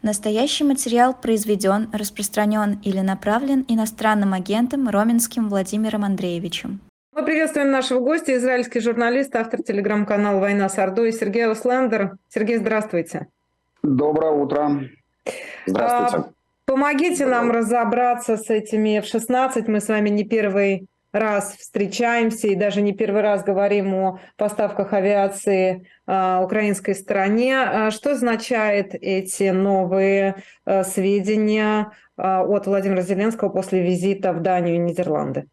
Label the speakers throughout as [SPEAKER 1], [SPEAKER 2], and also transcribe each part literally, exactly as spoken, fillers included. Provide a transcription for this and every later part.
[SPEAKER 1] Настоящий материал произведен, распространен или направлен иностранным агентом Роменским Владимиром Андреевичем.
[SPEAKER 2] Мы приветствуем нашего гостя, израильский журналист, автор телеграм-канала «Война с Ордой» Сергей Ослендер. Сергей, здравствуйте.
[SPEAKER 3] Доброе утро. Здравствуйте.
[SPEAKER 2] А, помогите
[SPEAKER 3] Доброе
[SPEAKER 2] нам
[SPEAKER 3] утро.
[SPEAKER 2] разобраться с этими эф шестнадцать. Мы с вами не первый раз встречаемся и даже не первый раз говорим о поставках авиации а, украинской стороне. А, что означают эти новые а, сведения а, от Владимира Зеленского после визита в Данию и Нидерланды?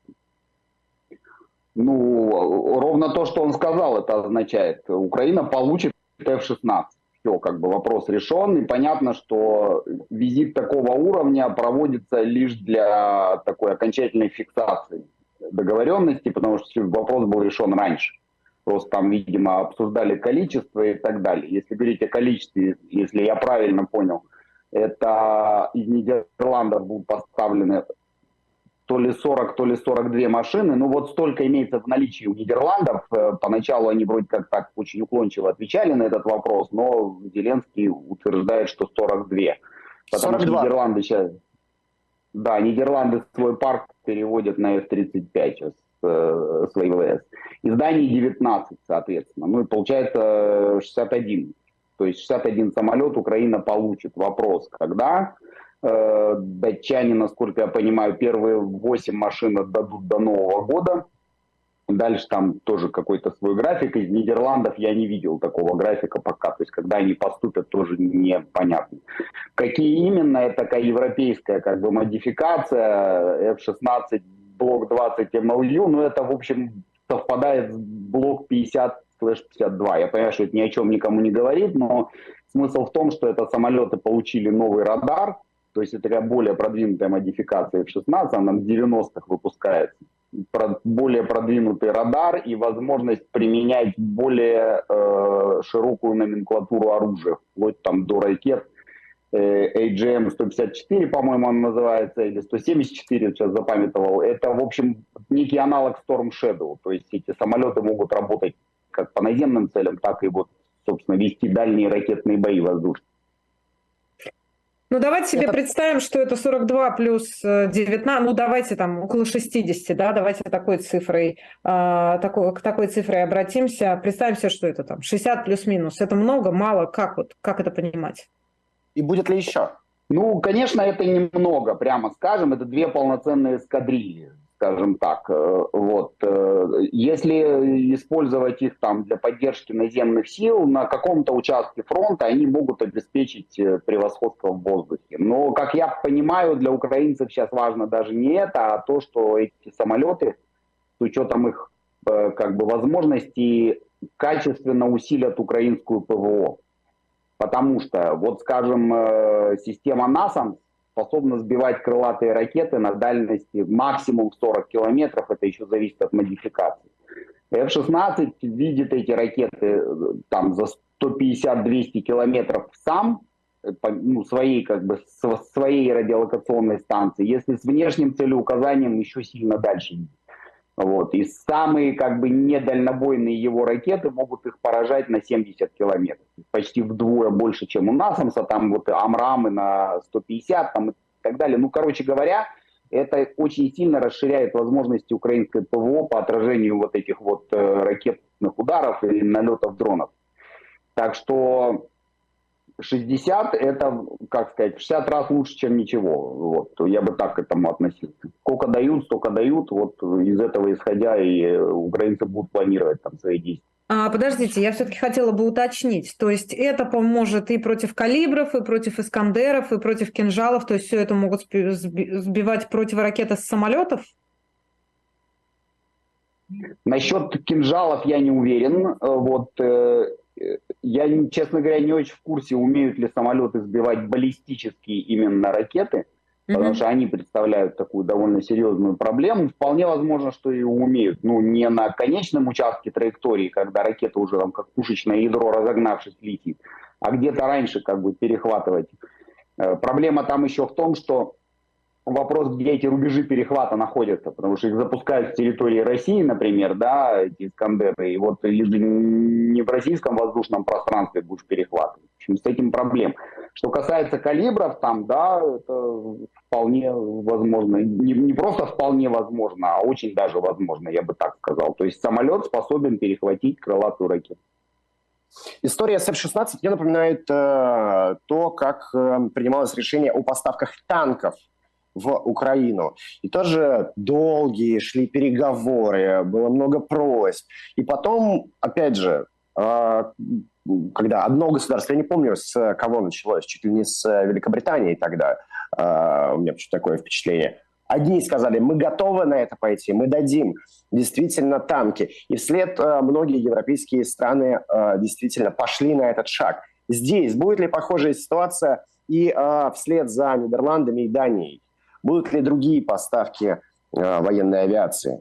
[SPEAKER 3] Ну, ровно то, что он сказал, это означает. Украина получит эф шестнадцать. Все, как бы вопрос решен. И понятно, что визит такого уровня проводится лишь для такой окончательной фиксации договоренности, потому что вопрос был решен раньше. Просто там, видимо, обсуждали количество и так далее. Если говорить о количестве, если я правильно понял, это из Нидерландов будут поставлены то ли сорок, то ли сорок две машины. Ну вот столько имеется в наличии у Нидерландов. Поначалу они вроде как так очень уклончиво отвечали на этот вопрос, но Зеленский утверждает, что сорок два. Потому
[SPEAKER 4] сорок два.
[SPEAKER 3] что Нидерланды сейчас... Да, Нидерланды свой парк переводят на эф тридцать пять сейчас, э, свои ВВС. Из Дании девятнадцать, соответственно. Ну и получается шестьдесят один. То есть шестьдесят один самолет Украина получит. Вопрос, когда... Датчане, насколько я понимаю, первые восемь машин отдадут до Нового года. Дальше там тоже какой-то свой график. Из Нидерландов я не видел такого графика пока. То есть когда они поступят, тоже непонятно. Какие именно? Это такая европейская как бы модификация. эф шестнадцать блок двадцать эм эл ю. Но это, в общем, совпадает с блок пятьдесят пятьдесят два. Я понимаю, что это ни о чем никому не говорит, но смысл в том, что это самолеты получили новый радар. То есть это такая более продвинутая модификация эф шестнадцать, она в девяностых выпускается. Более продвинутый радар и возможность применять более э, широкую номенклатуру оружия, вплоть там до ракет э, эй джи эм сто пятьдесят четыре, по-моему, он называется, или сто семьдесят четыре, сейчас запамятовал. Это, в общем, некий аналог Storm Shadow. То есть эти самолеты могут работать как по наземным целям, так и вот, собственно, вести дальние ракетные бои воздушные.
[SPEAKER 2] Ну, давайте себе
[SPEAKER 4] Это...
[SPEAKER 2] представим, что это сорок два плюс девятнадцать, ну, давайте там около шестидесяти, да, давайте такой цифрой, э, такой, к такой цифре обратимся. Представим себе, что это там шестьдесят плюс-минус. Это много, мало? Как вот, как это понимать?
[SPEAKER 4] И будет ли еще?
[SPEAKER 3] Ну, конечно, это немного, прямо скажем. Это две полноценные эскадрильи, скажем так. Вот. Если использовать их там для поддержки наземных сил, на каком-то участке фронта они могут обеспечить превосходство в воздухе. Но, как я понимаю, для украинцев сейчас важно даже не это, а то, что эти самолеты, с учетом их как бы возможностей, качественно усилят украинскую ПВО. Потому что, вот скажем, система насамс способна сбивать крылатые ракеты на дальности максимум сорок километров, это еще зависит от модификации. эф шестнадцать видит эти ракеты там за сто пятьдесят - двести километров сам, ну, своей, как бы, своей радиолокационной станции, если с внешним целеуказанием еще сильно дальше видит. Вот. И самые как бы недальнобойные его ракеты могут их поражать на семьдесят километров. Почти вдвое больше, чем у насамса. Там вот Амрамы на сто пятьдесят там, и так далее. Ну, короче говоря, это очень сильно расширяет возможности украинской ПВО по отражению вот этих вот э, ракетных ударов и налетов дронов. Так что шестьдесят это, как сказать, в шестьдесят раз лучше, чем ничего. Вот. Я бы так к этому относился. Сколько дают, столько дают. Вот из этого исходя и украинцы будут планировать там свои действия.
[SPEAKER 2] А, подождите, я все-таки хотела бы уточнить. То есть это поможет и против калибров, и против Искандеров, и против кинжалов. То есть все это могут сбивать противоракеты с самолетов?
[SPEAKER 3] Насчет кинжалов я не уверен. Вот... Я, честно говоря, не очень в курсе, умеют ли самолеты сбивать баллистические именно ракеты, mm-hmm. потому что они представляют такую довольно серьезную проблему. Вполне возможно, что и умеют. Ну, не на конечном участке траектории, когда ракета уже там как пушечное ядро, разогнавшись, летит, а где-то раньше как бы перехватывать. Проблема там еще в том, что вопрос, где эти рубежи перехвата находятся, потому что их запускают с территории России, например, да, эти Искандеры, и вот лишь не в российском воздушном пространстве будешь перехватывать. В общем, с этим проблем. Что касается калибров, там, да, это вполне возможно. Не, не просто вполне возможно, а очень даже возможно, я бы так сказал. То есть самолет способен перехватить крылатую ракету.
[SPEAKER 4] История с эф шестнадцать мне напоминает э, то, как э, принималось решение о поставках танков в Украину. И тоже долгие шли переговоры, было много просьб. И потом, опять же, э, когда одно государство, я не помню, с кого началось, чуть ли не с Великобритании тогда, э, у меня почему-то такое впечатление. Одни сказали, мы готовы на это пойти, мы дадим действительно танки. И вслед э, многие европейские страны э, действительно пошли на этот шаг. Здесь будет ли похожая ситуация и э, вслед за Нидерландами и Данией? Будут ли другие поставки э, военной авиации?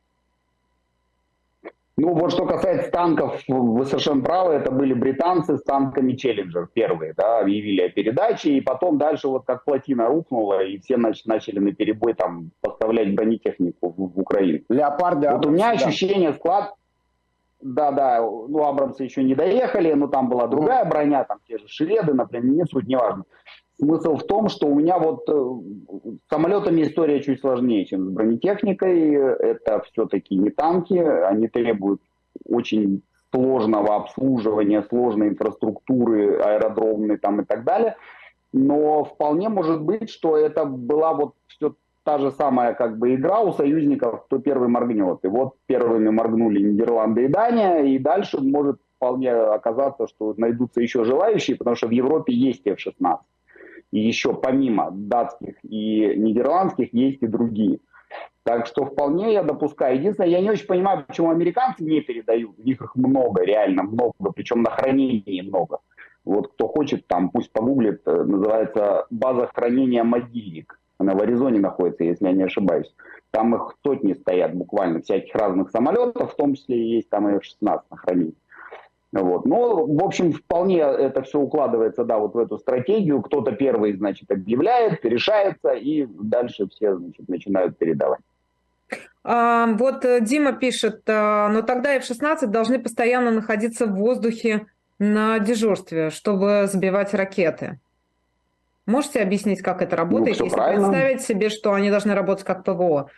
[SPEAKER 3] Ну, вот что касается танков, вы совершенно правы, это были британцы с танками Челленджер первые, да, объявили о передаче, и потом дальше вот как плотина рухнула, и все нач- начали наперебой там поставлять бронетехнику в, в Украину.
[SPEAKER 4] Леопарды,
[SPEAKER 3] вот у меня
[SPEAKER 4] да.
[SPEAKER 3] ощущение склад... Да-да, ну, Абрамсы еще не доехали, но там была другая броня, там те же шведы, например, не суть, неважно. Смысл в том, что у меня вот э, с самолетами история чуть сложнее, чем с бронетехникой. Это все-таки не танки, они требуют очень сложного обслуживания, сложной инфраструктуры, аэродромной там и так далее. Но вполне может быть, что это была вот все та же самая как бы игра у союзников, кто первый моргнет. И вот первыми моргнули Нидерланды и Дания, и дальше может вполне оказаться, что найдутся еще желающие, потому что в Европе есть эф шестнадцать. И еще помимо датских и нидерландских есть и другие. Так что вполне я допускаю. Единственное, я не очень понимаю, почему американцы не передают. У них их много, реально много, причем на хранении много. Вот кто хочет, там пусть погуглит, называется база хранения «Могильник». Она в Аризоне находится, если я не ошибаюсь. Там их сотни стоят буквально, всяких разных самолетов, в том числе и есть там и эф шестнадцать на хранении. Вот. Но, в общем, вполне это все укладывается, да, вот в эту стратегию. Кто-то первый, значит, объявляет, решается, и дальше все, значит, начинают передавать.
[SPEAKER 2] А, вот Дима пишет, но тогда эф шестнадцать должны постоянно находиться в воздухе на дежурстве, чтобы сбивать ракеты. Можете объяснить, как это работает,
[SPEAKER 3] ну,
[SPEAKER 2] если
[SPEAKER 3] правильно.
[SPEAKER 2] представить себе, что они должны работать как ПВО?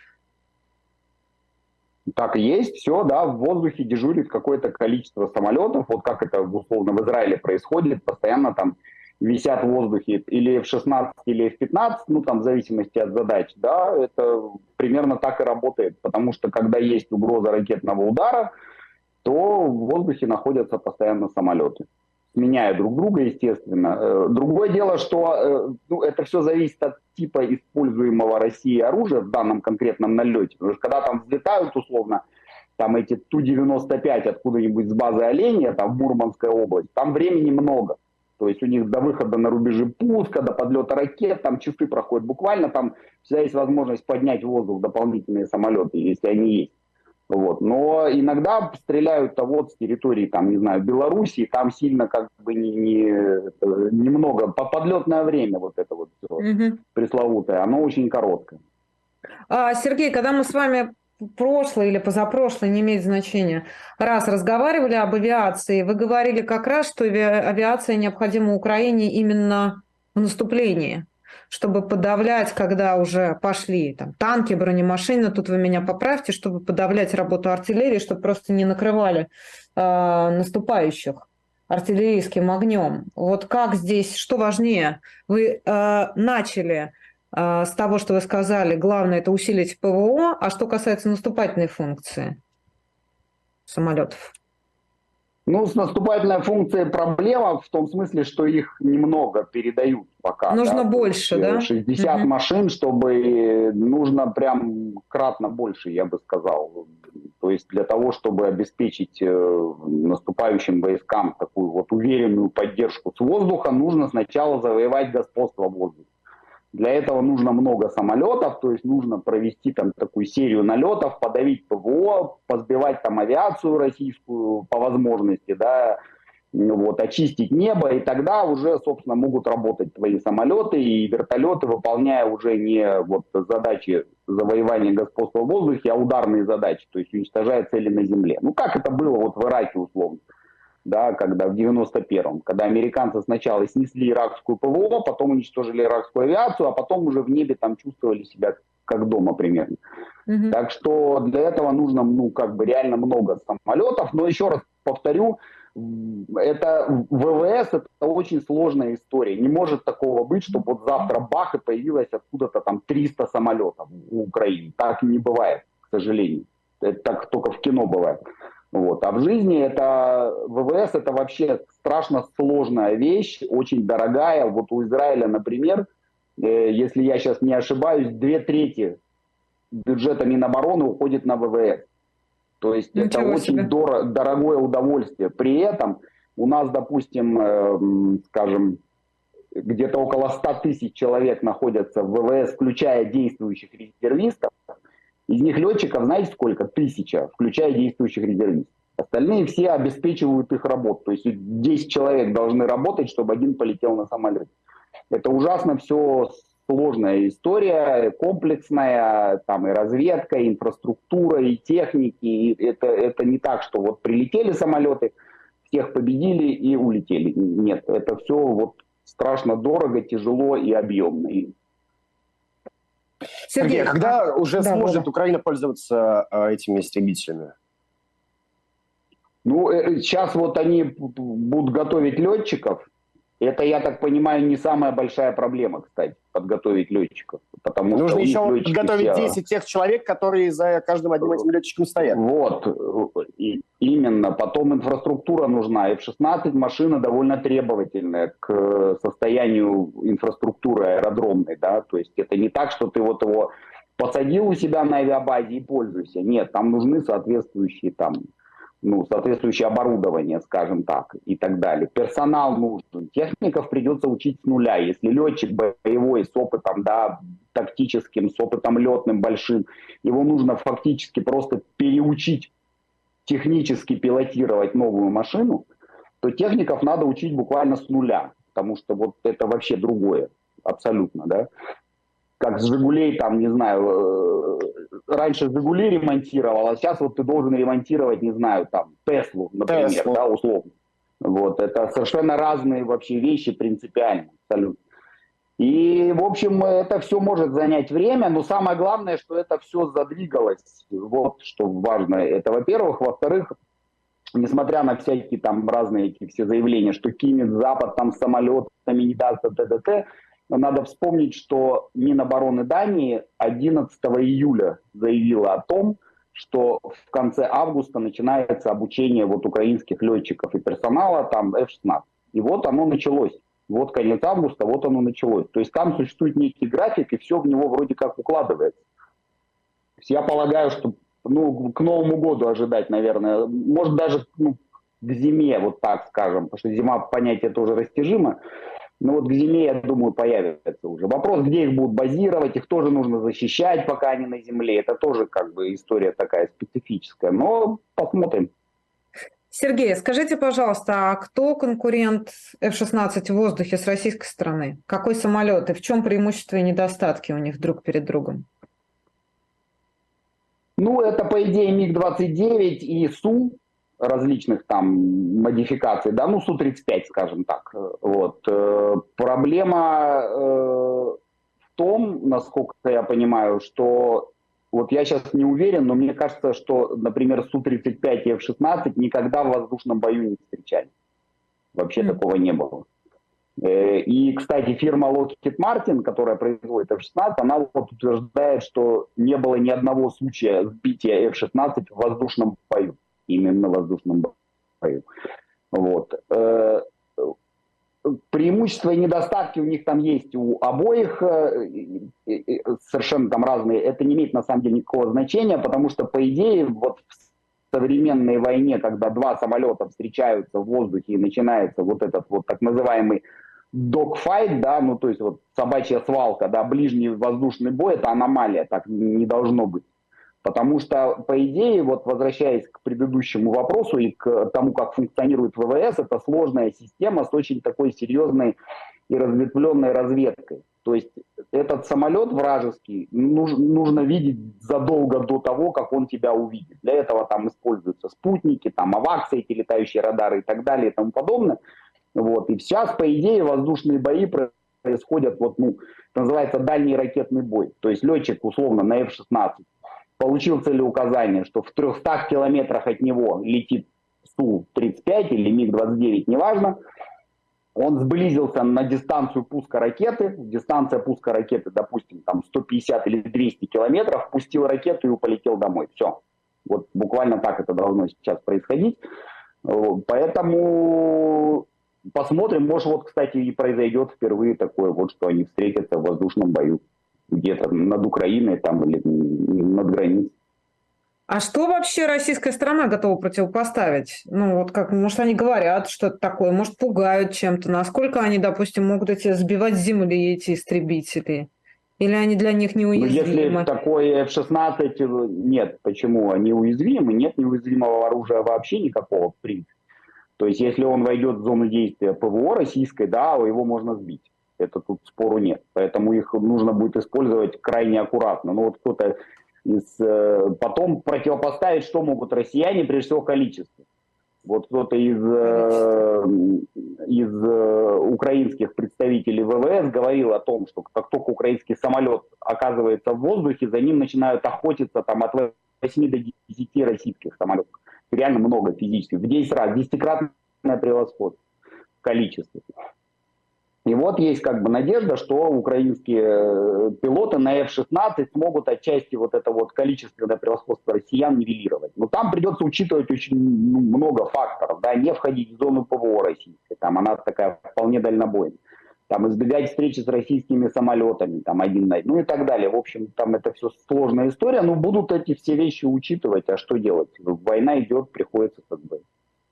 [SPEAKER 3] Так и есть, все, да, в воздухе дежурит какое-то количество самолетов, вот как это условно в Израиле происходит, постоянно там висят в воздухе или эф шестнадцать, или эф пятнадцать, ну там в зависимости от задач, да, это примерно так и работает, потому что когда есть угроза ракетного удара, то в воздухе находятся постоянно самолеты, сменяя друг друга, естественно. Другое дело, что ну, это все зависит от типа используемого Россией оружия в данном конкретном налете. Потому что когда там взлетают, условно, там эти Ту девяносто пять откуда-нибудь с базы Оленя, там в Мурманской области, там времени много. То есть у них до выхода на рубежи пуска, до подлета ракет, там часы проходят буквально, там всегда есть возможность поднять в воздух дополнительные самолеты, если они есть. Вот. Но иногда стреляют-то вот с территории, там, не знаю, Белоруссии, там сильно как бы не, не, немного, по подлетное время вот это вот все угу. пресловутое, оно очень короткое.
[SPEAKER 2] А, Сергей, когда мы с вами прошлый или позапрошлый, не имеет значения, раз разговаривали об авиации, вы говорили как раз, что авиация необходима Украине именно в наступлении, чтобы подавлять, когда уже пошли там, танки, бронемашины, тут вы меня поправьте, чтобы подавлять работу артиллерии, чтобы просто не накрывали э, наступающих артиллерийским огнем. Вот как здесь, что важнее? Вы э, начали э, с того, что вы сказали, главное это усилить ПВО, а что касается наступательной функции самолетов?
[SPEAKER 3] Ну, с наступательной функцией проблема в том смысле, что их немного передают пока.
[SPEAKER 2] Нужно
[SPEAKER 3] да?
[SPEAKER 2] больше, да?
[SPEAKER 3] шестьдесят
[SPEAKER 2] угу.
[SPEAKER 3] машин, чтобы нужно прям кратно больше, я бы сказал. То есть для того, чтобы обеспечить наступающим войскам такую вот уверенную поддержку с воздуха, нужно сначала завоевать господство в воздухе. Для этого нужно много самолетов, то есть нужно провести там такую серию налетов, подавить ПВО, позбивать там авиацию российскую по возможности, да, вот, очистить небо, и тогда уже, собственно, могут работать твои самолеты и вертолеты, выполняя уже не вот задачи завоевания господства в воздухе, а ударные задачи, то есть уничтожая цели на земле. Ну, как это было вот в Ираке условно. да, когда в девяносто первом, когда американцы сначала снесли иракскую ПВО, потом уничтожили иракскую авиацию, а потом уже в небе там чувствовали себя как дома примерно. Mm-hmm. Так что для этого нужно, ну, как бы реально много самолетов. Но еще раз повторю, это ВВС, это очень сложная история. Не может такого быть, чтобы вот завтра бах и появилось откуда-то там триста самолетов у Украины. Так не бывает, к сожалению. Это так только в кино бывает. Вот. А в жизни это ВВС это вообще страшно сложная вещь, очень дорогая. Вот у Израиля, например, э, если я сейчас не ошибаюсь, две трети бюджета Минобороны уходит на ВВС. То есть Ничего это себе. Очень дор- дорогое удовольствие. При этом у нас, допустим, э, скажем, где-то около ста тысяч человек находятся в ВВС, включая действующих резервистов. Из них летчиков, знаете сколько? Тысяча, включая действующих резервистов. Остальные все обеспечивают их работу. То есть десять человек должны работать, чтобы один полетел на самолет. Это ужасно все сложная история, комплексная, там и разведка, и инфраструктура, и техники. И это, это не так, что вот прилетели самолеты, всех победили и улетели. Нет, это все вот страшно дорого, тяжело и объемно.
[SPEAKER 4] Сергей, Сергей, когда уже
[SPEAKER 2] да,
[SPEAKER 4] сможет
[SPEAKER 2] да.
[SPEAKER 4] Украина пользоваться э, этими истребителями?
[SPEAKER 3] Ну, э, сейчас вот они будут готовить летчиков. Это, я так понимаю, не самая большая проблема, кстати, подготовить летчиков. Потому
[SPEAKER 4] Нужно
[SPEAKER 3] что
[SPEAKER 4] еще подготовить
[SPEAKER 3] все...
[SPEAKER 4] десять тех человек, которые за каждым одним этим летчиком стоят.
[SPEAKER 3] Вот, и именно. Потом инфраструктура нужна. эф шестнадцать машина довольно требовательная к состоянию инфраструктуры аэродромной. Да? То есть это не так, что ты вот его посадил у себя на авиабазе и пользуйся. Нет, там нужны соответствующие там... ну, соответствующее оборудование, скажем так, и так далее. Персонал нужен. Техников придется учить с нуля. Если летчик боевой с опытом, да, тактическим, с опытом летным большим, его нужно фактически просто переучить технически пилотировать новую машину, то техников надо учить буквально с нуля, потому что вот это вообще другое, абсолютно, да. Как с «Жигулей», там, не знаю, раньше «Жигули» ремонтировал, а сейчас вот ты должен ремонтировать, не знаю, там, «Теслу», например, Tesla. Да, условно. Вот, это совершенно разные вообще вещи, принципиально, абсолютно. И, в общем, это все может занять время, но самое главное, что это все задвигалось. Вот что важно. Это, во-первых. Во-вторых, несмотря на всякие там разные эти все заявления, что кинет Запад там самолетами, не даст, т.д. Надо вспомнить, что Минобороны Дании одиннадцатого июля заявила о том, что в конце августа начинается обучение вот украинских летчиков и персонала там эф шестнадцать. И вот оно началось. Вот конец августа, вот оно началось. То есть там существует некий график, и все в него вроде как укладывается. То есть я полагаю, что ну, к Новому году ожидать, наверное, может даже ну, к зиме, вот так скажем, потому что зима, понятие тоже растяжимо. Но вот к зиме, я думаю, появится уже. Вопрос, где их будут базировать, их тоже нужно защищать, пока они на земле. Это тоже как бы история такая специфическая. Но посмотрим.
[SPEAKER 2] Сергей, скажите, пожалуйста, а кто конкурент эф шестнадцать в воздухе с российской стороны? Какой самолет и в чем преимущества и недостатки у них друг перед другом?
[SPEAKER 3] Ну, это, по идее, миг двадцать девять и Су различных там модификаций, да, ну, Су тридцать пять, скажем так. Вот. Проблема в том, насколько я понимаю, что вот я сейчас не уверен, но мне кажется, что, например, Су тридцать пять и эф шестнадцать никогда в воздушном бою не встречались. Вообще mm. такого не было. И, кстати, фирма Lockheed Martin, которая производит эф шестнадцать, она вот утверждает, что не было ни одного случая сбития эф шестнадцать в воздушном бою. Именно в воздушном бою. Вот. Преимущества и недостатки у них там есть у обоих, совершенно там разные. Это не имеет на самом деле никакого значения, потому что, по идее, вот в современной войне, когда два самолета встречаются в воздухе и начинается вот этот вот так называемый догфайт, да, ну то есть вот собачья свалка, да, ближний воздушный бой, это аномалия, так не должно быть. Потому что, по идее, вот возвращаясь к предыдущему вопросу и к тому, как функционирует ВВС, это сложная система с очень такой серьезной и разветвленной разведкой. То есть этот самолет вражеский нужно, нужно видеть задолго до того, как он тебя увидит. Для этого там используются спутники, там аваксы, эти летающие радары и так далее и тому подобное. Вот. И сейчас, по идее, воздушные бои происходят, вот, ну, это называется дальний ракетный бой. То есть летчик, условно, на эф шестнадцать получил целеуказание, что в трехстах километрах от него летит Су тридцать пять или Миг двадцать девять, неважно. Он сблизился на дистанцию пуска ракеты. Дистанция пуска ракеты, допустим, там сто пятьдесят или двести километров. Пустил ракету и полетел домой. Все. Вот буквально так это должно сейчас происходить. Поэтому посмотрим. Может, вот, кстати, и произойдет впервые такое, вот, что они встретятся в воздушном бою. Где-то над Украиной там, или над границей.
[SPEAKER 2] А что вообще российская сторона готова противопоставить? Ну, вот как, может, они говорят что-то такое, может, пугают чем-то. Насколько они, допустим, могут эти сбивать с земли эти истребители? Или они для них неуязвимы?
[SPEAKER 3] Ну, если такое эф шестнадцать, нет. Почему? Они уязвимы? Нет неуязвимого оружия вообще никакого, в принципе. То есть, если он войдет в зону действия ПВО российской, да, его можно сбить. Это тут спору нет. Поэтому их нужно будет использовать крайне аккуратно. Ну, вот кто-то из, потом противопоставить, что могут россияне, прежде всего, количество. Вот кто-то из, из украинских представителей вэ вэ эс говорил о том, что как только украинский самолет оказывается в воздухе, за ним начинают охотиться там, от восьми до десяти российских самолетов. Реально много физически. В десять раз, десятикратное превосходство в количестве. И вот есть как бы надежда, что украинские пилоты на эф шестнадцать смогут отчасти вот это вот количественное превосходство россиян нивелировать. Но там придется учитывать очень много факторов, да, не входить в зону ПВО российской, там она такая вполне дальнобойная. Там избегать встречи с российскими самолетами, там один на один, ну и так далее. В общем, там это все сложная история, но будут эти все вещи учитывать, а что делать? Война идет, приходится как бы.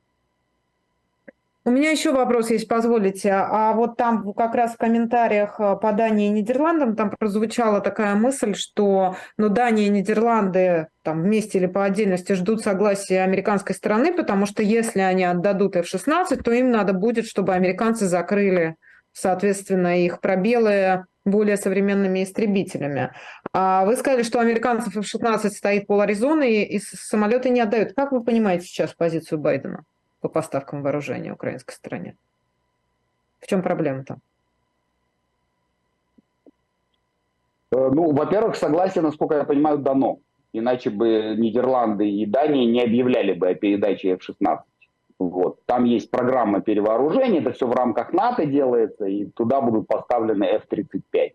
[SPEAKER 2] У меня еще вопрос, если позволите. А вот там как раз в комментариях по Дании и Нидерландам там прозвучала такая мысль, что ну, Дания и Нидерланды там вместе или по отдельности ждут согласия американской стороны, потому что если они отдадут эф шестнадцать, то им надо будет, чтобы американцы закрыли, соответственно, их пробелы более современными истребителями. А вы сказали, что у американцев эф шестнадцать стоит пол Аризоны и самолеты не отдают. Как вы понимаете сейчас позицию Байдена по поставкам вооружения украинской стороне? В чем проблема-то?
[SPEAKER 3] Ну, во-первых, согласие, насколько я понимаю, дано. Иначе бы Нидерланды и Дания не объявляли бы о передаче эф шестнадцать. Вот. Там есть программа перевооружения, это все в рамках НАТО делается, и туда будут поставлены эф тридцать пять.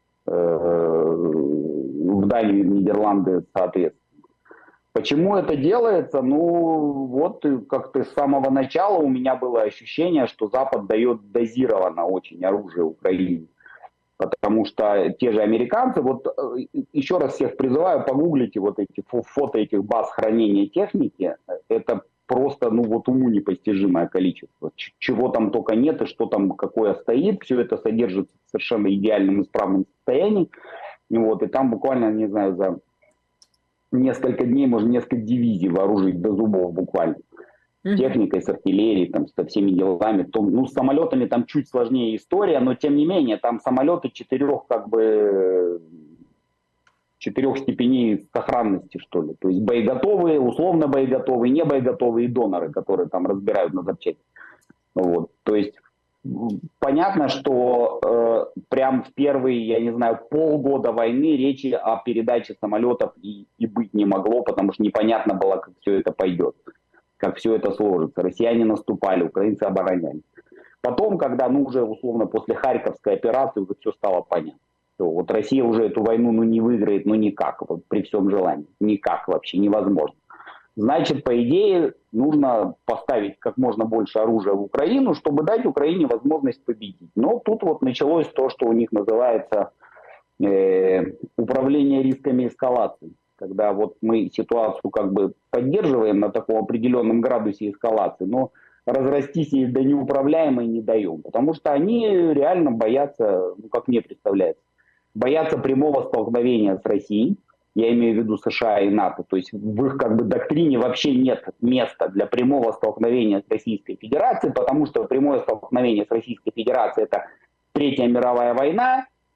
[SPEAKER 3] В Дании и Нидерланды соответственно. Почему это делается? Ну, вот как-то с самого начала у меня было ощущение, что Запад дает дозированно очень оружие Украине. Потому что те же американцы, вот еще раз всех призываю, погуглите вот эти фото этих баз хранения техники. Это просто, ну вот уму непостижимое количество. Чего там только нет и что там какое стоит. Все это содержится в совершенно идеальном исправном состоянии. Вот, и там буквально, не знаю, за несколько дней можно несколько дивизий вооружить до зубов буквально. С техникой, с артиллерией, там, со всеми делами. То, ну, с самолетами там чуть сложнее история, но тем не менее, там самолеты четырех, как бы, четырех степеней сохранности, что ли. То есть боеготовые, условно боеготовые, не боеготовые и доноры, которые там разбирают на запчасти. Вот. То есть понятно, что э, прям в первые, я не знаю, полгода войны речи о передаче самолетов и, и быть не могло, потому что непонятно было, как все это пойдет, как все это сложится. Россияне наступали, украинцы оборонялись. Потом, когда, ну, уже условно после Харьковской операции уже все стало понятно. Что вот Россия уже эту войну, ну, не выиграет, ну, никак, вот, при всем желании. Никак вообще, невозможно. Значит, по идее, нужно поставить как можно больше оружия в Украину, чтобы дать Украине возможность победить. Но тут вот началось то, что у них называется э, управление рисками эскалации. Когда вот мы ситуацию как бы поддерживаем на таком определенном градусе эскалации, но разрастись ей до неуправляемой не даем. Потому что они реально боятся, ну как мне представляется, боятся прямого столкновения с Россией. Я имею в виду США и НАТО. То есть в их как бы доктрине вообще нет места для прямого столкновения с Российской Федерацией, потому что прямое столкновение с Российской Федерацией — это Третья мировая война,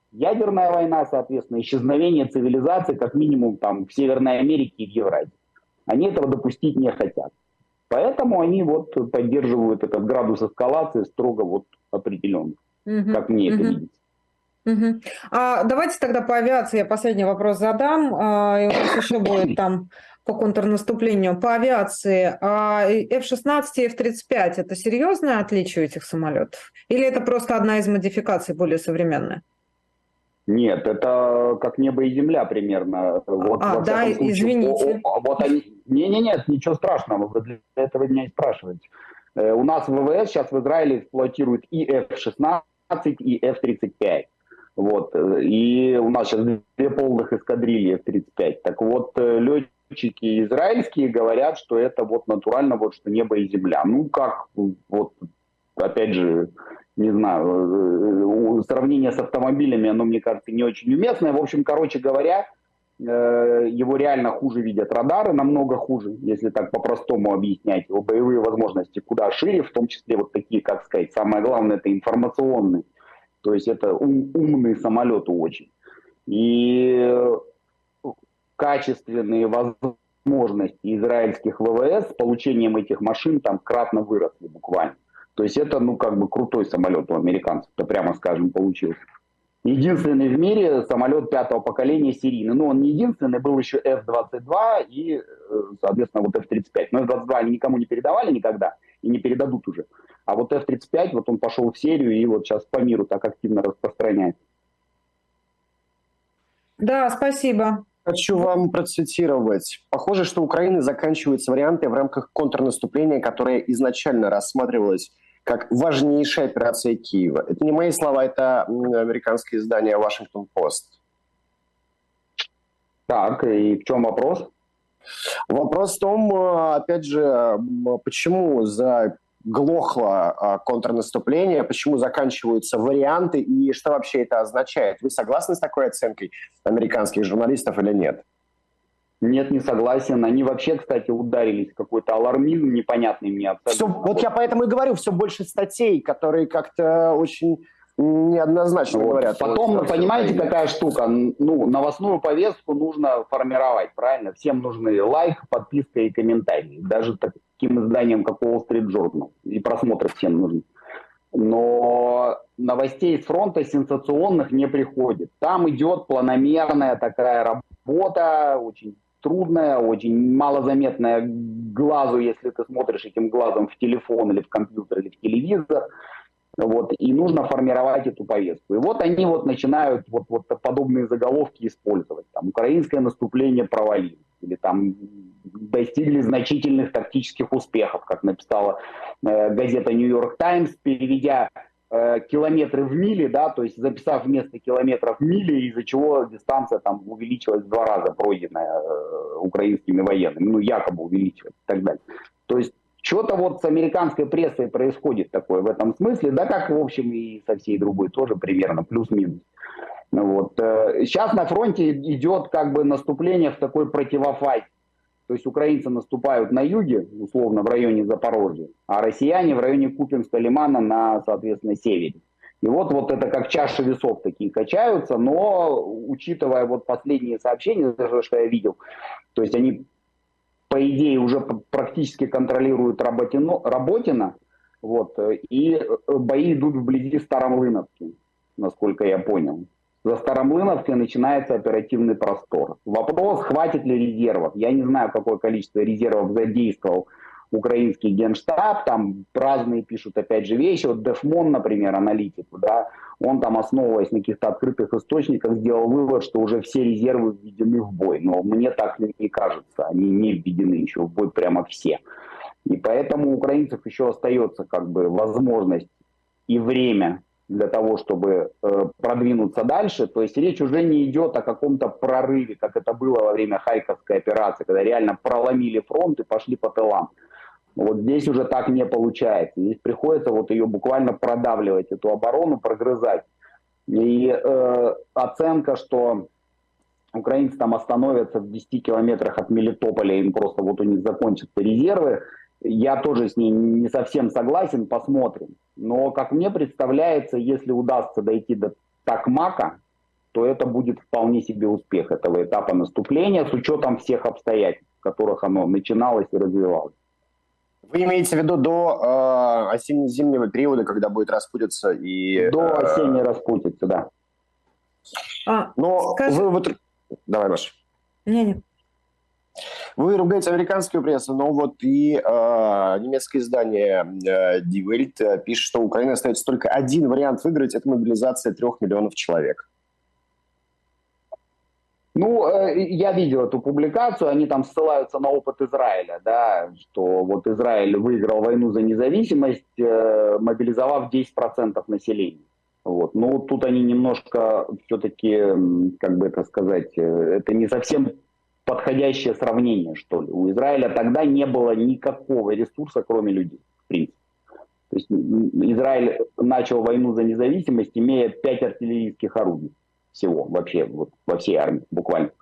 [SPEAKER 3] ядерная война, соответственно, исчезновение цивилизации, как минимум там в Северной Америке и в Евразии. Они этого допустить не хотят. Поэтому они вот поддерживают этот градус эскалации строго вот определенный, угу, как мне угу. это видится.
[SPEAKER 2] Угу. А давайте тогда по авиации я последний вопрос задам, а, и у нас еще будет там по контрнаступлению. По авиации эф шестнадцать и эф тридцать пять – это серьезное отличие этих самолетов? Или это просто одна из модификаций более современная?
[SPEAKER 3] Нет, это как небо и земля примерно. Вот,
[SPEAKER 2] а, да, случае, извините.
[SPEAKER 3] О, о, вот они... Не, не, нет, ничего страшного, вы для этого меня и спрашиваете. Э, у нас ВВС сейчас в Израиле эксплуатирует и эф шестнадцать, и эф тридцать пять. Вот, и у нас сейчас две полных эскадрильи эф тридцать пять. Так вот, летчики израильские говорят, что это вот натурально вот что небо и земля. Ну, как, вот, опять же, не знаю, сравнение с автомобилями, оно, мне кажется, не очень уместное. В общем, короче говоря, его реально хуже видят радары, намного хуже, если так по-простому объяснять. Его боевые возможности куда шире, в том числе вот такие, как сказать, самое главное, это информационные. То есть это ум, умные самолеты очень. И качественные возможности израильских ВВС с получением этих машин там кратно выросли буквально. То есть это, ну, как бы крутой самолет у американцев, то прямо скажем, получился. Единственный в мире самолет пятого поколения серийный. Ну, он не единственный, был еще эф двадцать два и, соответственно, вот эф тридцать пять. Но эф двадцать два они никому не передавали никогда и не передадут уже. А вот эф тридцать пять, вот он пошел в серию и вот сейчас по миру так активно распространяется.
[SPEAKER 2] Да, спасибо.
[SPEAKER 4] Хочу вам процитировать. Похоже, что у Украины заканчиваются варианты в рамках контрнаступления, которое изначально рассматривалось как важнейшая операция Киева. Это не мои слова, это американское издание Washington Post.
[SPEAKER 3] Так, и в чем вопрос?
[SPEAKER 4] Вопрос в том, опять же, почему заглохло контрнаступление, почему заканчиваются варианты и что вообще это означает? Вы согласны с такой оценкой американских журналистов или нет?
[SPEAKER 3] Нет, не согласен. Они вообще, кстати, ударились в какой-то алармизм непонятный мне.
[SPEAKER 4] Все, вот я поэтому и говорю, все больше статей, которые как-то очень неоднозначно
[SPEAKER 3] вот.
[SPEAKER 4] говорят.
[SPEAKER 3] Потом,
[SPEAKER 4] вот,
[SPEAKER 3] понимаете, какая штука? Ну, новостную повестку нужно формировать, правильно? Всем нужны лайк, подписка и комментарии. Даже таким изданием, как Wall Street Journal. И просмотры всем нужны. Но новостей с фронта сенсационных не приходит. Там идет планомерная такая работа, очень трудная, очень малозаметная глазу, если ты смотришь этим глазом в телефон или в компьютер или в телевизор. Вот, и нужно формировать эту повестку. И вот они вот начинают вот, вот подобные заголовки использовать. Там, украинское наступление провалилось. Или там достигли значительных тактических успехов, как написала э, газета New York Times, переведя э, километры в мили, да, то есть записав вместо километров мили, из-за чего дистанция там увеличилась в два раза, пройденная э, украинскими военными, ну якобы увеличилась и так далее. То есть что-то вот с американской прессой происходит такое в этом смысле, да, как, в общем, и со всей другой тоже примерно, плюс-минус. Вот. Сейчас на фронте идет как бы наступление в такой противофазе. То есть украинцы наступают на юге, условно, в районе Запорожья, а россияне в районе Купинского лимана на, соответственно, севере. И вот, вот это как чаша весов такие качаются, но учитывая вот последние сообщения, что я видел, то есть они, по идее, уже практически контролируют Работино, Работино, вот, и бои идут вблизи Старомлыновки, насколько я понял. За Старомлыновкой начинается оперативный простор. Вопрос, хватит ли резервов. Я не знаю, какое количество резервов задействовал украинский генштаб. Там разные пишут, опять же, вещи. Вот Дефмон, например, аналитик, да, он там, основываясь на каких-то открытых источниках, сделал вывод, что уже все резервы введены в бой. Но мне так не кажется. Они не введены еще в бой прямо все. И поэтому у украинцев еще остается как бы возможность и время для того, чтобы э, продвинуться дальше. То есть речь уже не идет о каком-то прорыве, как это было во время Харьковской операции, когда реально проломили фронт и пошли по тылам. Вот здесь уже так не получается. Здесь приходится вот ее буквально продавливать, эту оборону, прогрызать. И э, оценка, что украинцы там остановятся в десяти километрах от Мелитополя, им просто вот у них закончатся резервы, я тоже с ней не совсем согласен, посмотрим. Но, как мне представляется, если удастся дойти до Токмака, то это будет вполне себе успех этого этапа наступления с учетом всех обстоятельств, в которых оно начиналось и развивалось.
[SPEAKER 4] Вы имеете в виду до э, осенне-зимнего периода, когда будет распутиться и...
[SPEAKER 3] До
[SPEAKER 4] э,
[SPEAKER 3] осенней распутицы, да.
[SPEAKER 2] А,
[SPEAKER 4] Но
[SPEAKER 2] скажи...
[SPEAKER 4] вы... Вот... Давай, Маша.
[SPEAKER 2] Не-не.
[SPEAKER 4] Вы ругаете американскую прессу, но вот и э, немецкое издание э, Die Welt э, пишет, что у Украины остается только один вариант выиграть – это мобилизация трех миллионов человек.
[SPEAKER 3] Ну, я видел эту публикацию, они там ссылаются на опыт Израиля, да, что вот Израиль выиграл войну за независимость, мобилизовав десять процентов населения. Вот. Ну, тут они немножко все-таки, как бы это сказать, это не совсем подходящее сравнение, что ли. У Израиля тогда не было никакого ресурса, кроме людей, в принципе. То есть Израиль начал войну за независимость, имея пять артиллерийских орудий. Всего, вообще, вот, во всей армии, буквально.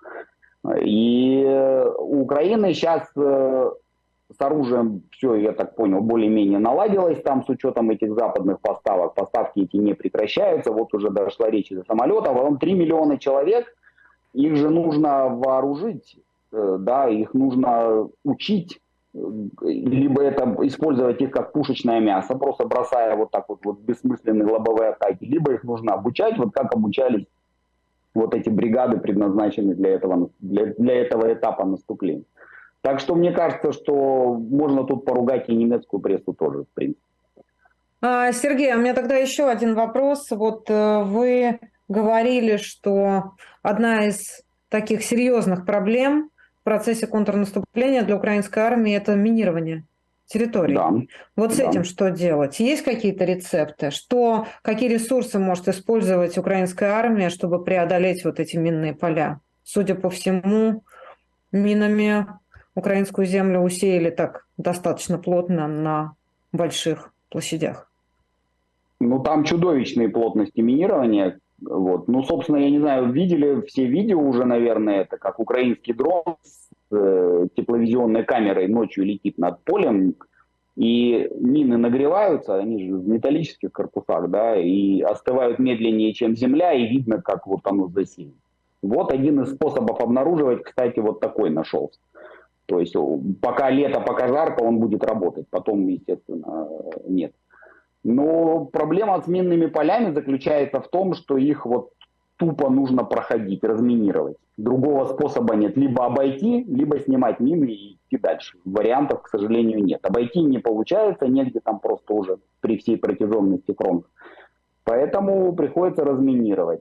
[SPEAKER 3] И у Украины сейчас э, с оружием все, я так понял, более-менее наладилось там с учетом этих западных поставок. Поставки эти не прекращаются. Вот уже дошла речь до самолетов. А вон три миллиона человек, их же нужно вооружить, э, да, их нужно учить. Либо это использовать их как пушечное мясо, просто бросая вот так вот, вот бессмысленные лобовые атаки. Либо их нужно обучать, вот как обучались вот эти бригады, предназначенные для этого, для, для этого этапа наступления. Так что мне кажется, что можно тут поругать и немецкую прессу тоже, в принципе.
[SPEAKER 2] А, Сергей, у меня тогда еще один вопрос. Вот э, вы говорили, что одна из таких серьезных проблем в процессе контрнаступления для украинской армии – это минирование территорий.
[SPEAKER 3] Да.
[SPEAKER 2] Вот с
[SPEAKER 3] Да.
[SPEAKER 2] этим что делать? Есть какие-то рецепты? Что, какие ресурсы может использовать украинская армия, чтобы преодолеть вот эти минные поля? Судя по всему, минами украинскую землю усеяли так достаточно плотно на больших площадях.
[SPEAKER 3] Ну, там чудовищные плотности минирования. Вот. Ну, собственно, я не знаю, видели все видео уже, наверное, это как украинский дрон с э, тепловизионной камерой ночью летит над полем, и мины нагреваются, они же в металлических корпусах, да, и остывают медленнее, чем земля, и видно, как вот оно засеяно. Вот один из способов обнаруживать, кстати, вот такой нашелся. То есть пока лето, пока жарко, он будет работать, потом, естественно, нет. Но проблема с минными полями заключается в том, что их вот тупо нужно проходить, разминировать. Другого способа нет. Либо обойти, либо снимать мины и идти дальше. Вариантов, к сожалению, нет. Обойти не получается, негде там просто уже при всей протяженности фронта. Поэтому приходится разминировать.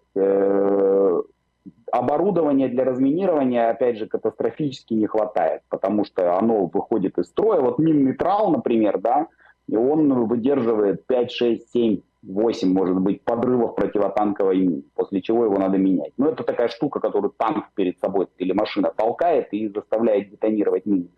[SPEAKER 3] Оборудования для разминирования, опять же, катастрофически не хватает, потому что оно выходит из строя. Вот минный трал, например, да, и он выдерживает пять, шесть, семь, восемь, может быть, подрывов противотанковой мины, после чего его надо менять. Но это такая штука, которую танк перед собой или машина толкает и заставляет детонировать мины.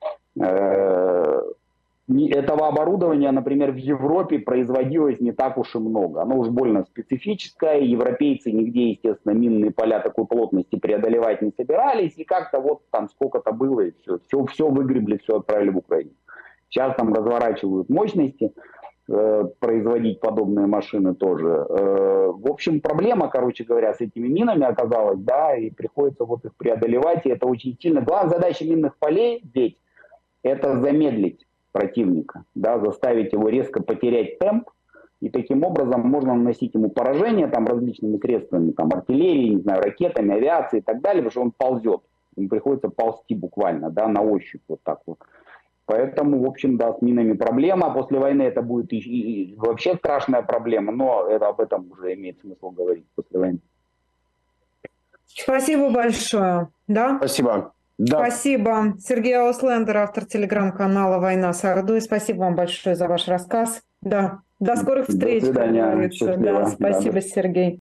[SPEAKER 3] Этого оборудования, например, в Европе производилось не так уж и много. Оно уж больно специфическое. Европейцы нигде, естественно, минные поля такой плотности преодолевать не собирались. И как-то вот там сколько-то было, и все. Все, все выгребли, все отправили в Украину. Сейчас там разворачивают мощности, э, производить подобные машины тоже. Э, в общем, проблема, короче говоря, с этими минами оказалась, да, и приходится вот их преодолевать. И это очень сильно. Главная задача минных полей ведь это замедлить противника, да, заставить его резко потерять темп, и таким образом можно наносить ему поражение там различными средствами, там артиллерией, не знаю, ракетами, авиацией и так далее, потому что он ползет, ему приходится ползти буквально, да, на ощупь вот так вот. Поэтому, в общем, да, с минами проблема, после войны это будет и, и, и вообще страшная проблема, но это, об этом уже имеет смысл говорить после войны.
[SPEAKER 2] Спасибо большое. Да?
[SPEAKER 4] Спасибо. Да.
[SPEAKER 2] Спасибо. Сергей Ауслендер, автор телеграм-канала «Война с Ордой». Спасибо вам большое за ваш рассказ. Да. До скорых встреч.
[SPEAKER 3] До свидания.
[SPEAKER 2] Как говорится. Да, спасибо, да. Сергей.